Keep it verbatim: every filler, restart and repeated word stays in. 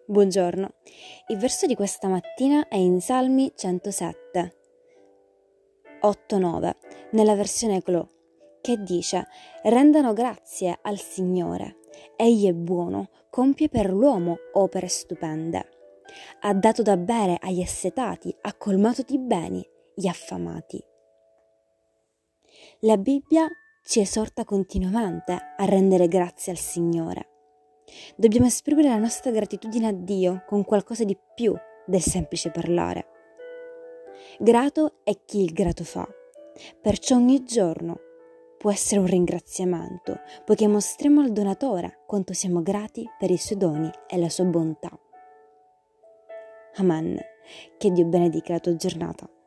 Buongiorno, il verso di questa mattina è in Salmi centosette, otto nove, nella versione Clò, che dice: rendano grazie al Signore, Egli è buono, compie per l'uomo opere stupende. Ha dato da bere agli assetati, ha colmato di beni gli affamati. La Bibbia ci esorta continuamente a rendere grazie al Signore. Dobbiamo esprimere la nostra gratitudine a Dio con qualcosa di più del semplice parlare. Grato è chi il grato fa, perciò ogni giorno può essere un ringraziamento, poiché mostriamo al donatore quanto siamo grati per i suoi doni e la sua bontà. Amen. Che Dio benedica la tua giornata.